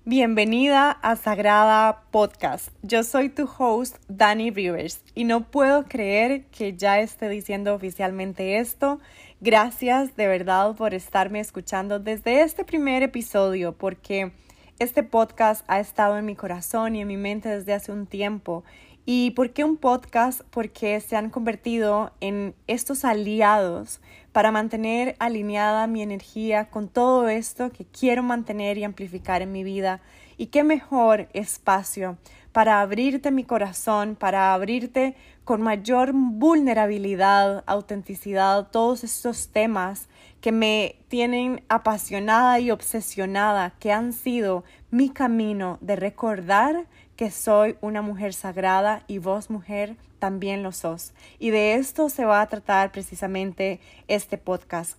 Bienvenida a Sagrada Podcast. Yo soy tu host, Dani Rivers, y no puedo creer que ya esté diciendo oficialmente esto. Gracias de verdad por estarme escuchando desde este primer episodio, porque este podcast ha estado en mi corazón y en mi mente desde hace un tiempo. ¿Y por qué un podcast? Porque se han convertido en estos aliados para mantener alineada mi energía con todo esto que quiero mantener y amplificar en mi vida. Y qué mejor espacio para abrirte mi corazón, para abrirte con mayor vulnerabilidad, autenticidad, todos estos temas que me tienen apasionada y obsesionada, que han sido mi camino de recordar que soy una mujer sagrada y vos, mujer, también lo sos. Y de esto se va a tratar precisamente este podcast,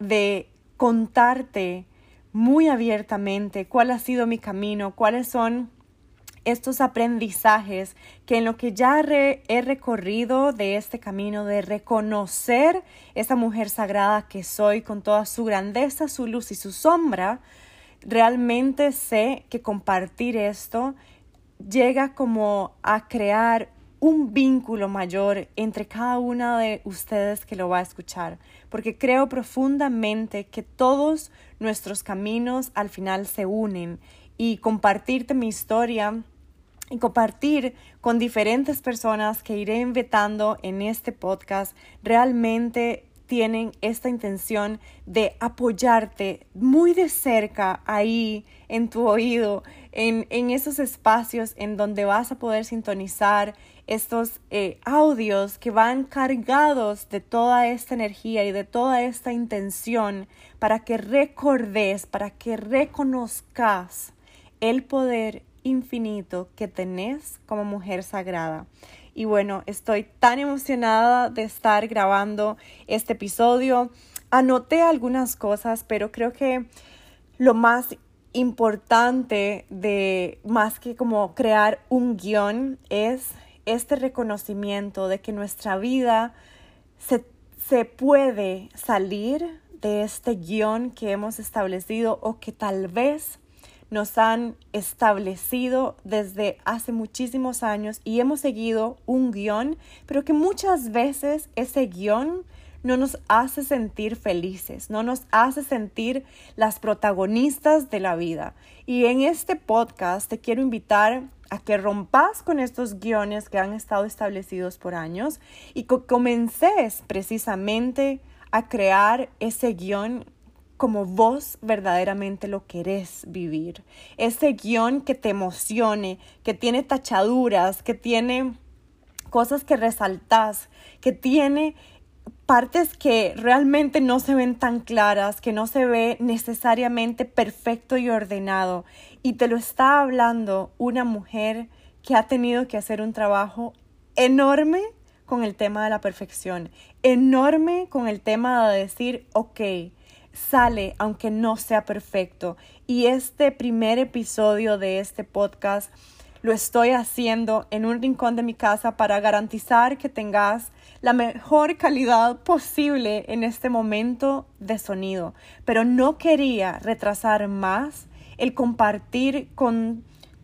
de contarte muy abiertamente cuál ha sido mi camino, cuáles son estos aprendizajes que en lo que ya he recorrido de este camino de reconocer esa mujer sagrada que soy con toda su grandeza, su luz y su sombra. Realmente sé que compartir esto llega como a crear un vínculo mayor entre cada una de ustedes que lo va a escuchar, porque creo profundamente que todos nuestros caminos al final se unen, y compartirte mi historia y compartir con diferentes personas que iré invitando en este podcast realmente tienen esta intención de apoyarte muy de cerca ahí en tu oído, en esos espacios en donde vas a poder sintonizar estos audios que van cargados de toda esta energía y de toda esta intención para que recordes, para que reconozcas el poder infinito que tenés como mujer sagrada. Y bueno, estoy tan emocionada de estar grabando este episodio. Anoté algunas cosas, pero creo que lo más importante de más que como crear un guión es este reconocimiento de que nuestra vida se puede salir de este guión que hemos establecido o que tal vez nos han establecido desde hace muchísimos años y hemos seguido un guión, pero que muchas veces ese guión no nos hace sentir felices, no nos hace sentir las protagonistas de la vida. Y en este podcast te quiero invitar a que rompas con estos guiones que han estado establecidos por años y que comences precisamente a crear ese guión como vos verdaderamente lo querés vivir. Ese guión que te emocione, que tiene tachaduras, que tiene cosas que resaltás, que tiene partes que realmente no se ven tan claras, que no se ve necesariamente perfecto y ordenado. Y te lo está hablando una mujer que ha tenido que hacer un trabajo enorme con el tema de la perfección, enorme con el tema de decir, ok, sale aunque no sea perfecto. Y este primer episodio de este podcast lo estoy haciendo en un rincón de mi casa para garantizar que tengas la mejor calidad posible en este momento de sonido. Pero no quería retrasar más el compartir con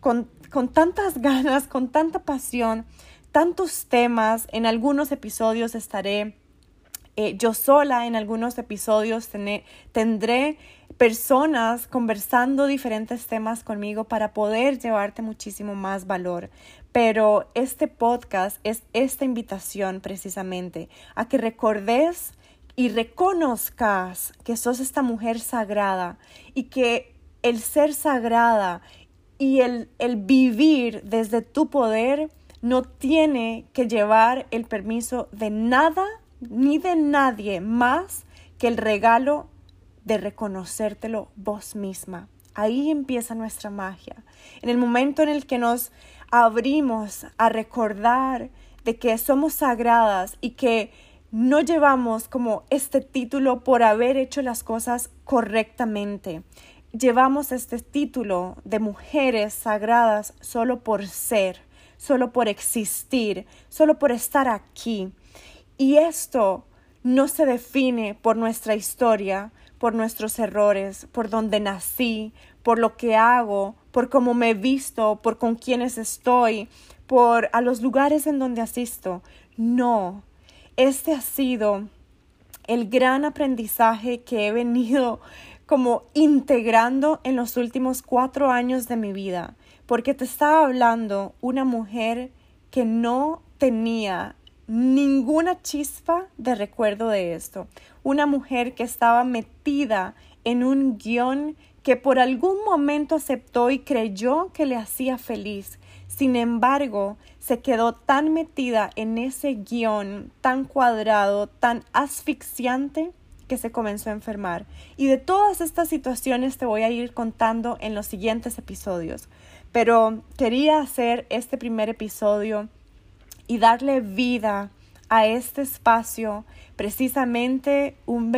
tantas ganas, con tanta pasión, tantos temas. En algunos episodios estaré yo sola, en algunos episodios tendré personas conversando diferentes temas conmigo para poder llevarte muchísimo más valor. Pero este podcast es esta invitación precisamente a que recordes y reconozcas que sos esta mujer sagrada y que el ser sagrada y el vivir desde tu poder no tiene que llevar el permiso de nada ni de nadie más que el regalo de reconocértelo vos misma. Ahí empieza nuestra magia. En el momento en el que nos abrimos a recordar de que somos sagradas y que no llevamos como este título por haber hecho las cosas correctamente. Llevamos este título de mujeres sagradas solo por ser, solo por existir, solo por estar aquí. Y esto no se define por nuestra historia, por nuestros errores, por donde nací, por lo que hago, por cómo me he visto, por con quienes estoy, por a los lugares en donde asisto. No, este ha sido el gran aprendizaje que he venido como integrando en los últimos 4 años de mi vida, porque te estaba hablando una mujer que no tenía ninguna chispa de recuerdo de esto, una mujer que estaba metida en un guión que por algún momento aceptó y creyó que le hacía feliz. Sin embargo, se quedó tan metida en ese guión tan cuadrado, tan asfixiante, que se comenzó a enfermar. Y de todas estas situaciones te voy a ir contando en los siguientes episodios. Pero quería hacer este primer episodio y darle vida a este espacio precisamente un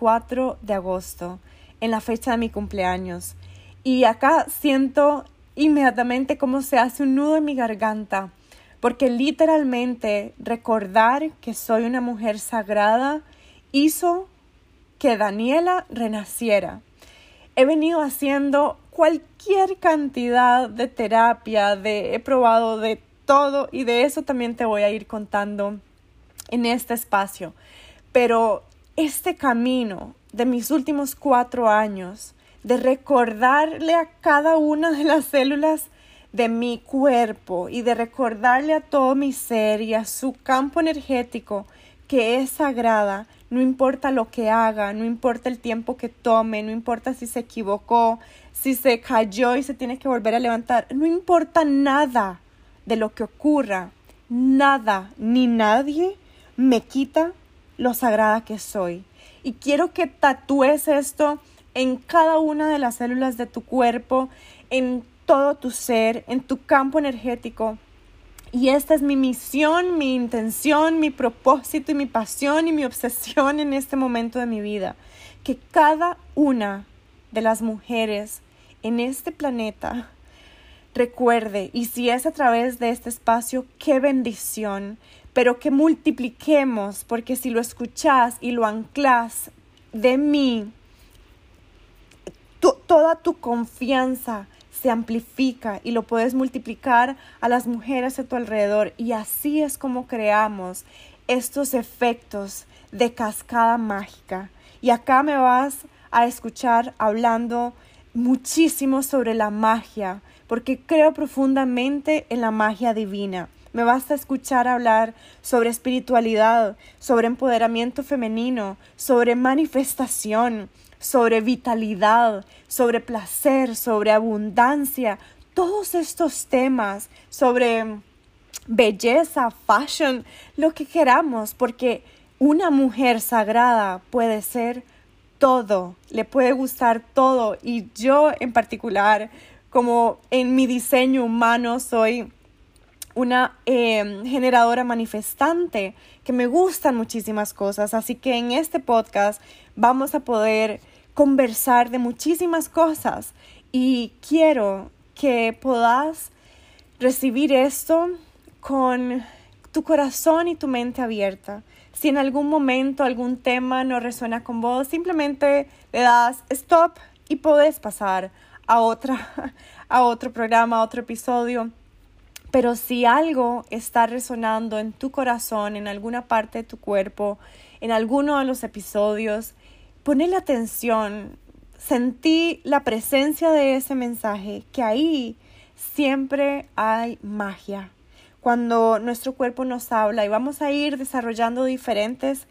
24 de agosto, en la fecha de mi cumpleaños. Y acá siento inmediatamente cómo se hace un nudo en mi garganta, porque literalmente recordar que soy una mujer sagrada hizo que Daniela renaciera. He venido haciendo cualquier cantidad de terapia, he probado de todo y de eso también te voy a ir contando en este espacio. Pero este camino de mis últimos 4 años, de recordarle a cada una de las células de mi cuerpo y de recordarle a todo mi ser y a su campo energético que es sagrada, no importa lo que haga, no importa el tiempo que tome, no importa si se equivocó, si se cayó y se tiene que volver a levantar, no importa nada de lo que ocurra, nada ni nadie me quita lo sagrada que soy. Y quiero que tatúes esto en cada una de las células de tu cuerpo, en todo tu ser, en tu campo energético. Y esta es mi misión, mi intención, mi propósito y mi pasión y mi obsesión en este momento de mi vida. Que cada una de las mujeres en este planeta recuerde, y si es a través de este espacio, qué bendición, pero que multipliquemos, porque si lo escuchas y lo anclas de mí, toda tu confianza se amplifica y lo puedes multiplicar a las mujeres a tu alrededor. Y así es como creamos estos efectos de cascada mágica. Y acá me vas a escuchar hablando muchísimo sobre la magia, porque creo profundamente en la magia divina. Me vas a escuchar hablar sobre espiritualidad, sobre empoderamiento femenino, sobre manifestación, sobre vitalidad, sobre placer, sobre abundancia, todos estos temas, sobre belleza, fashion, lo que queramos, porque una mujer sagrada puede ser todo, le puede gustar todo, y yo en particular, como en mi diseño humano, soy una generadora manifestante, que me gustan muchísimas cosas, así que en este podcast vamos a poder conversar de muchísimas cosas y quiero que puedas recibir esto con tu corazón y tu mente abierta. Si en algún momento algún tema no resuena con vos, simplemente le das stop y puedes pasar a otro programa, a otro episodio. Pero si algo está resonando en tu corazón, en alguna parte de tu cuerpo, en alguno de los episodios, ponle atención, sentí la presencia de ese mensaje, que ahí siempre hay magia. Cuando nuestro cuerpo nos habla, y vamos a ir desarrollando diferentes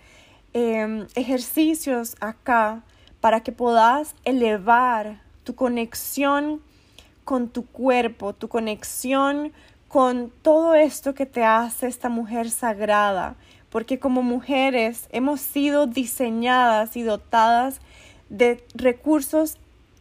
ejercicios acá para que puedas elevar tu conexión con tu cuerpo, tu conexión con todo esto que te hace esta mujer sagrada, porque como mujeres hemos sido diseñadas y dotadas de recursos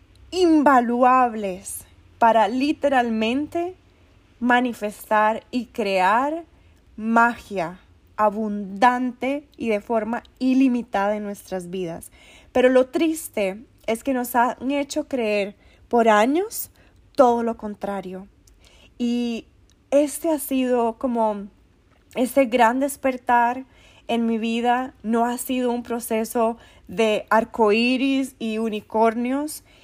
invaluables para literalmente manifestar y crear magia abundante y de forma ilimitada en nuestras vidas. Pero lo triste es que nos han hecho creer por años todo lo contrario. Y este ha sido como ese gran despertar en mi vida. No ha sido un proceso de arcoíris y unicornios.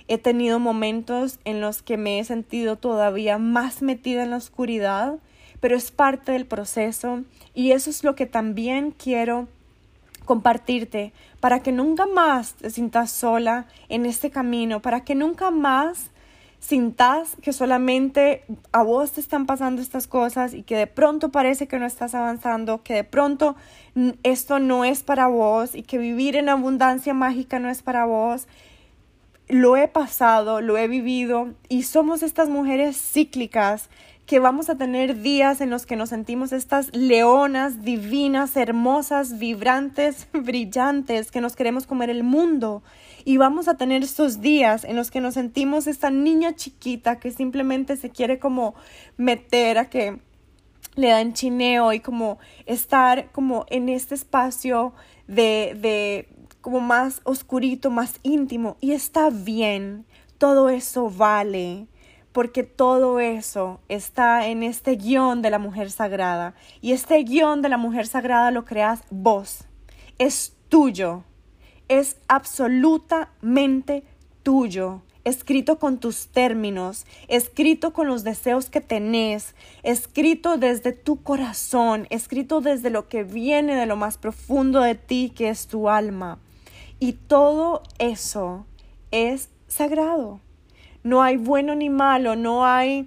He tenido momentos en los que me he sentido todavía más metida en la oscuridad, pero es parte del proceso y eso es lo que también quiero compartirte para que nunca más te sientas sola en este camino, para que nunca más sintas que solamente a vos te están pasando estas cosas y que de pronto parece que no estás avanzando, que de pronto esto no es para vos y que vivir en abundancia mágica no es para vos. Lo he pasado, lo he vivido y somos estas mujeres cíclicas que vamos a tener días en los que nos sentimos estas leonas divinas, hermosas, vibrantes, brillantes, que nos queremos comer el mundo. Y vamos a tener estos días en los que nos sentimos esta niña chiquita que simplemente se quiere como meter a que le dan chineo y como estar como en este espacio de como más oscurito, más íntimo. Y está bien, todo eso vale. Porque todo eso está en este guión de la mujer sagrada. Y este guión de la mujer sagrada lo creas vos. Es tuyo. Es absolutamente tuyo. Escrito con tus términos. Escrito con los deseos que tenés. Escrito desde tu corazón. Escrito desde lo que viene de lo más profundo de ti, que es tu alma. Y todo eso es sagrado. No hay bueno ni malo, no hay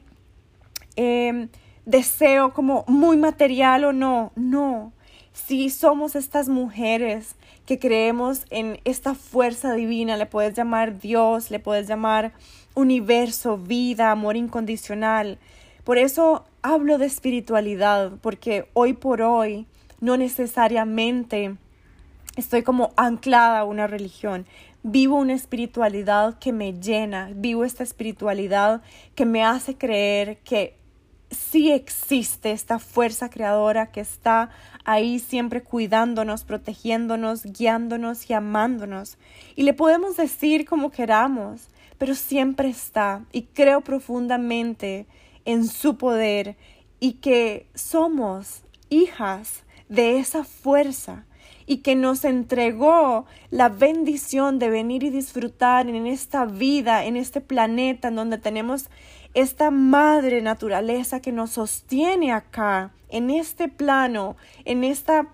deseo como muy material o no. Si somos estas mujeres que creemos en esta fuerza divina, le puedes llamar Dios, le puedes llamar universo, vida, amor incondicional. Por eso hablo de espiritualidad, porque hoy por hoy no necesariamente estoy como anclada a una religión. Vivo una espiritualidad que me llena, vivo esta espiritualidad que me hace creer que sí existe esta fuerza creadora que está ahí siempre cuidándonos, protegiéndonos, guiándonos y amándonos. Y le podemos decir como queramos, pero siempre está y creo profundamente en su poder y que somos hijas de esa fuerza. Y que nos entregó la bendición de venir y disfrutar en esta vida, en este planeta en donde tenemos esta madre naturaleza que nos sostiene acá, en este plano, en esta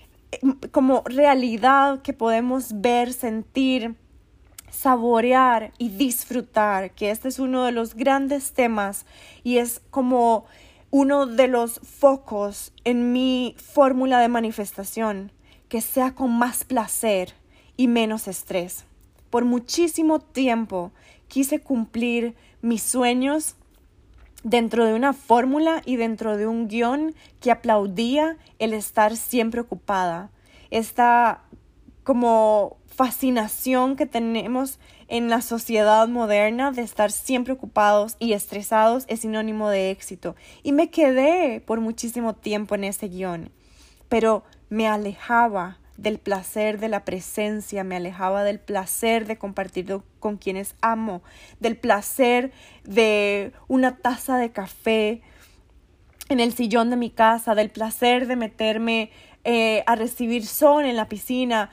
como realidad que podemos ver, sentir, saborear y disfrutar, que este es uno de los grandes temas y es como uno de los focos en mi fórmula de manifestación. Que sea con más placer y menos estrés. Por muchísimo tiempo quise cumplir mis sueños dentro de una fórmula y dentro de un guión que aplaudía el estar siempre ocupada. Esta como fascinación que tenemos en la sociedad moderna de estar siempre ocupados y estresados es sinónimo de éxito. Y me quedé por muchísimo tiempo en ese guión. Pero me alejaba del placer de la presencia, me alejaba del placer de compartirlo con quienes amo, del placer de una taza de café en el sillón de mi casa, del placer de meterme a recibir sol en la piscina,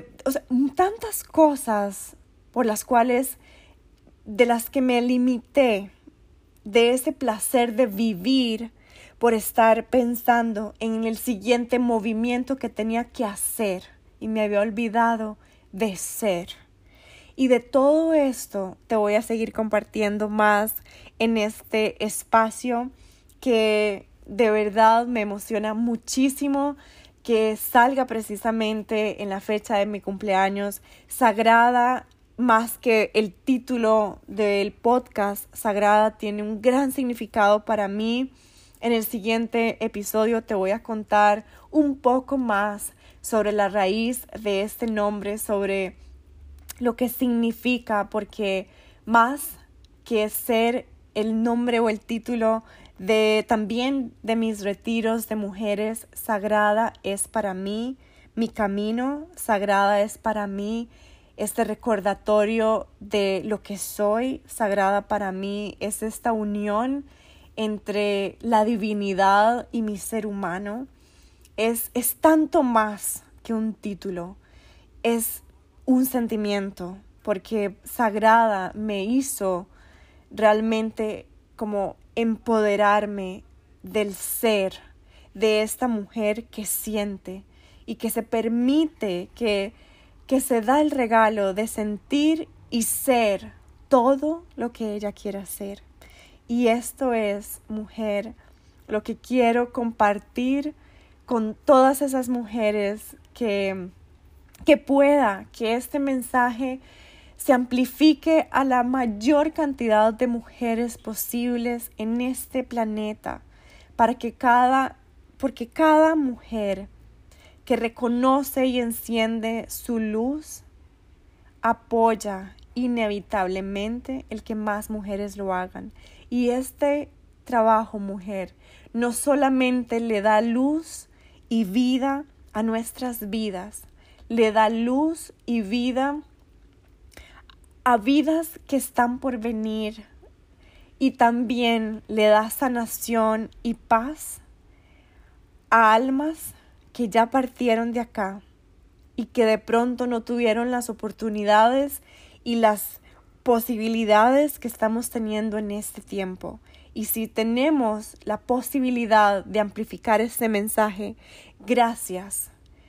tantas cosas por las cuales, de las que me limité, de ese placer de vivir, por estar pensando en el siguiente movimiento que tenía que hacer y me había olvidado de ser. Y de todo esto te voy a seguir compartiendo más en este espacio que de verdad me emociona muchísimo que salga precisamente en la fecha de mi cumpleaños, sagrada. Más que el título del podcast, Sagrada tiene un gran significado para mí. En el siguiente episodio te voy a contar un poco más sobre la raíz de este nombre, sobre lo que significa, porque más que ser el nombre o el título también de mis retiros de mujeres, sagrada es para mí mi camino, sagrada es para mí este recordatorio de lo que soy, sagrada para mí es esta unión entre la divinidad y mi ser humano. Es tanto más que un título, es un sentimiento, porque Sagrada me hizo realmente como empoderarme del ser, de esta mujer que siente y que se permite, que se da el regalo de sentir y ser todo lo que ella quiera ser. Y esto es, mujer, lo que quiero compartir con todas esas mujeres que pueda, que este mensaje se amplifique a la mayor cantidad de mujeres posibles en este planeta, porque cada mujer que reconoce y enciende su luz apoya inevitablemente el que más mujeres lo hagan. Y este trabajo, mujer, no solamente le da luz y vida a nuestras vidas, le da luz y vida a vidas que están por venir, y también le da sanación y paz a almas que ya partieron de acá y que de pronto no tuvieron las oportunidades y las posibilidades que estamos teniendo en este tiempo. Y si tenemos la posibilidad de amplificar este mensaje, gracias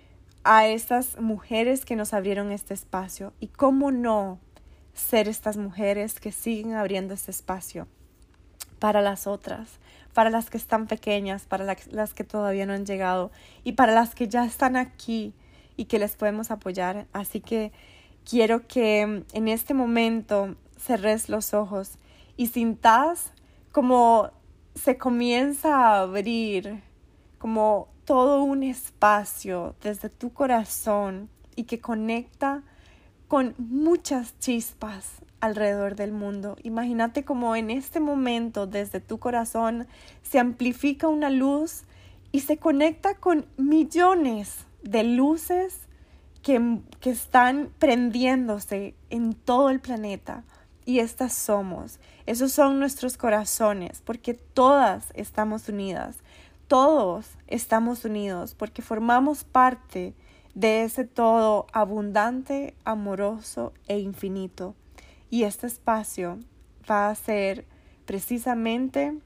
a estas mujeres que nos abrieron este espacio. Y cómo no ser estas mujeres que siguen abriendo este espacio para las otras, para las que están pequeñas, para las que todavía no han llegado y para las que ya están aquí y que les podemos apoyar. Así que quiero que en este momento cerres los ojos y sintas como se comienza a abrir como todo un espacio desde tu corazón y que conecta con muchas chispas alrededor del mundo. Imagínate como en este momento desde tu corazón se amplifica una luz y se conecta con millones de luces que están prendiéndose en todo el planeta. Y estas somos, esos son nuestros corazones, porque todas estamos unidas, todos estamos unidos, porque formamos parte de ese todo abundante, amoroso e infinito. Y este espacio va a ser precisamente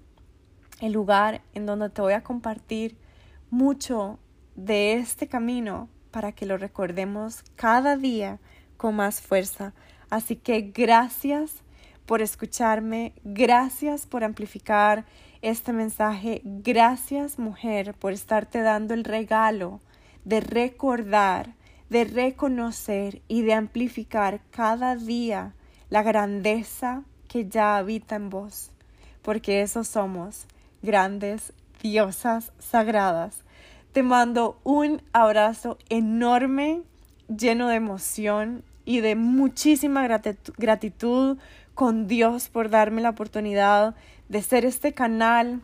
el lugar en donde te voy a compartir mucho de este camino para que lo recordemos cada día con más fuerza. Así que gracias por escucharme, gracias por amplificar este mensaje, gracias, mujer, por estarte dando el regalo de recordar, de reconocer y de amplificar cada día la grandeza que ya habita en vos, porque eso somos, grandes diosas sagradas. Te mando un abrazo enorme, lleno de emoción y de muchísima gratitud con Dios por darme la oportunidad de ser este canal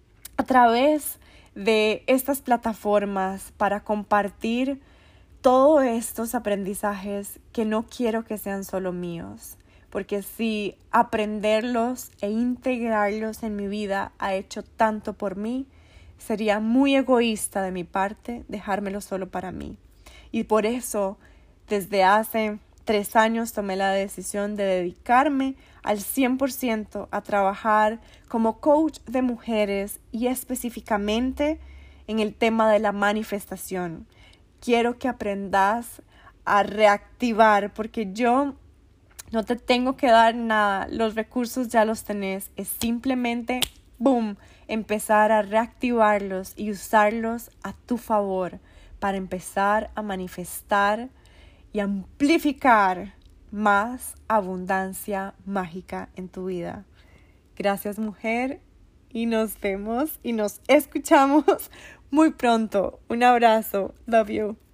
a través de estas plataformas para compartir todos estos aprendizajes que no quiero que sean solo míos, porque si aprenderlos e integrarlos en mi vida ha hecho tanto por mí, sería muy egoísta de mi parte dejármelo solo para mí. Y por eso, desde hace 3 años tomé la decisión de dedicarme al 100% a trabajar como coach de mujeres y específicamente en el tema de la manifestación. Quiero que aprendas a reactivar, porque yo no te tengo que dar nada, los recursos ya los tenés, es simplemente, boom, empezar a reactivarlos y usarlos a tu favor para empezar a manifestar y amplificar más abundancia mágica en tu vida. Gracias, mujer, y nos vemos y nos escuchamos muy pronto. Un abrazo. Love you.